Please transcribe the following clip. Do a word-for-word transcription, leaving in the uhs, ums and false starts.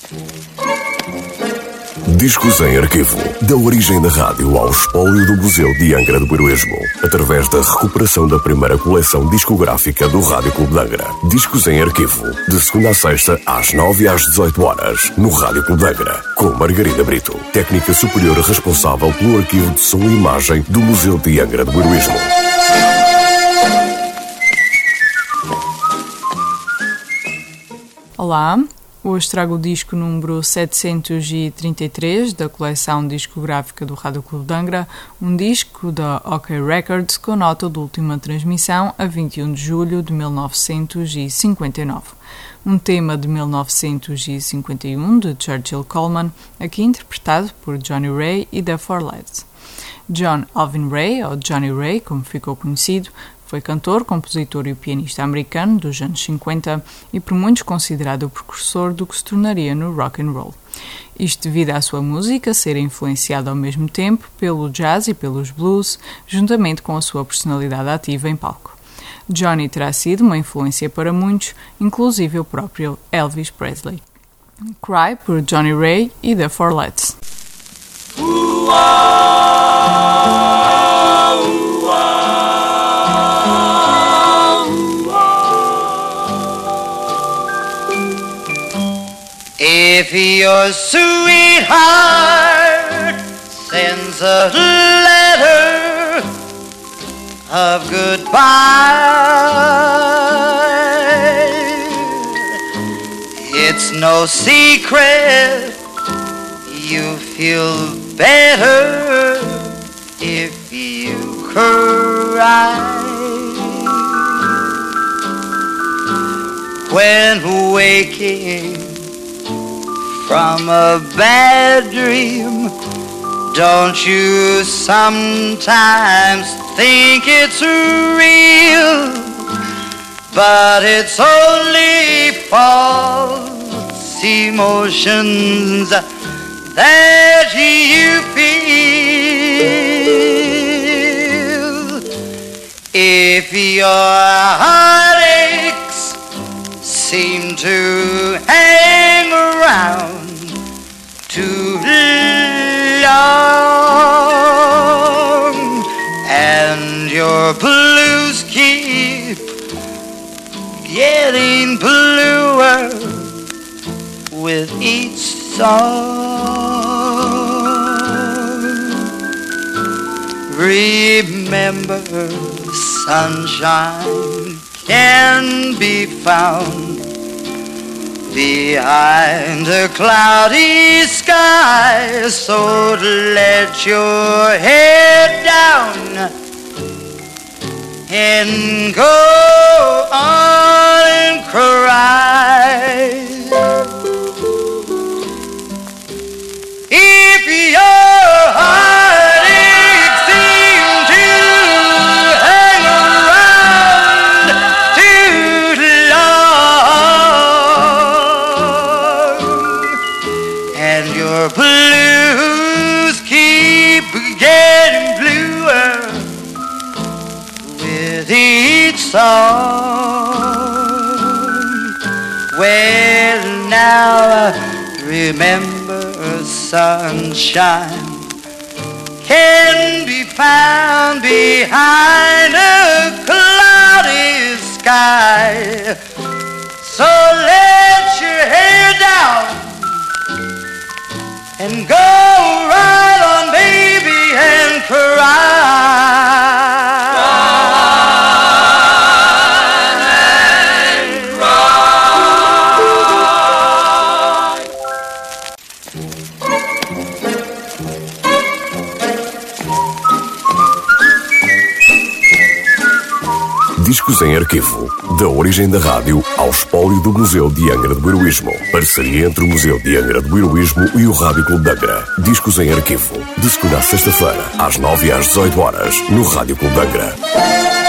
Discos em arquivo, da origem da rádio ao espólio do Museu de Angra do Heroísmo, através da recuperação da primeira coleção discográfica do Rádio Clube de Angra. Discos em arquivo, de segunda a sexta, às nove e às dezoito horas, no Rádio Clube de Angra, com Margarida Brito, técnica superior responsável pelo arquivo de som e imagem do Museu de Angra do Heroísmo. Olá, hoje trago o disco número setecentos e trinta e três da coleção discográfica do Rádio Clube de Angra, um disco da OK Records com nota de última transmissão a vinte e um de julho de mil novecentos e cinquenta e nove. Um tema de mil novecentos e cinquenta e um de Churchill Coleman, aqui interpretado por Johnny Ray e The Four Lads. John Alvin Ray, ou Johnny Ray, como ficou conhecido, foi cantor, compositor e pianista americano dos anos cinquenta e por muitos considerado o precursor do que se tornaria no rock and roll. Isto devido à sua música ser influenciada ao mesmo tempo pelo jazz e pelos blues, juntamente com a sua personalidade ativa em palco. Johnny terá sido uma influência para muitos, inclusive o próprio Elvis Presley. Cry, por Johnny Ray e The Four Lads. If your sweetheart sends a letter of goodbye, it's no secret you feel better if you cry. When waking from a bad dream, don't you sometimes think it's real? But it's only false emotions that you feel. If your heartaches seem to hang around too long, and your blues keep getting bluer with each song, remember sunshine can be found behind a cloudy sky. So let your head down and go on and cry. If your heartaches seem to hang around too long, and your blues keep getting bluer with each song, well now remember sunshine can be found behind a cloudy sky. So let your hair down and go right on, baby, and cry. Discos em arquivo, da origem da rádio ao espólio do Museu de Angra do Heroísmo. Parceria entre o Museu de Angra do Heroísmo e o Rádio Clube de Angra. Discos em arquivo, de segunda a sexta-feira, às nove e às dezoito horas, no Rádio Clube de Angra.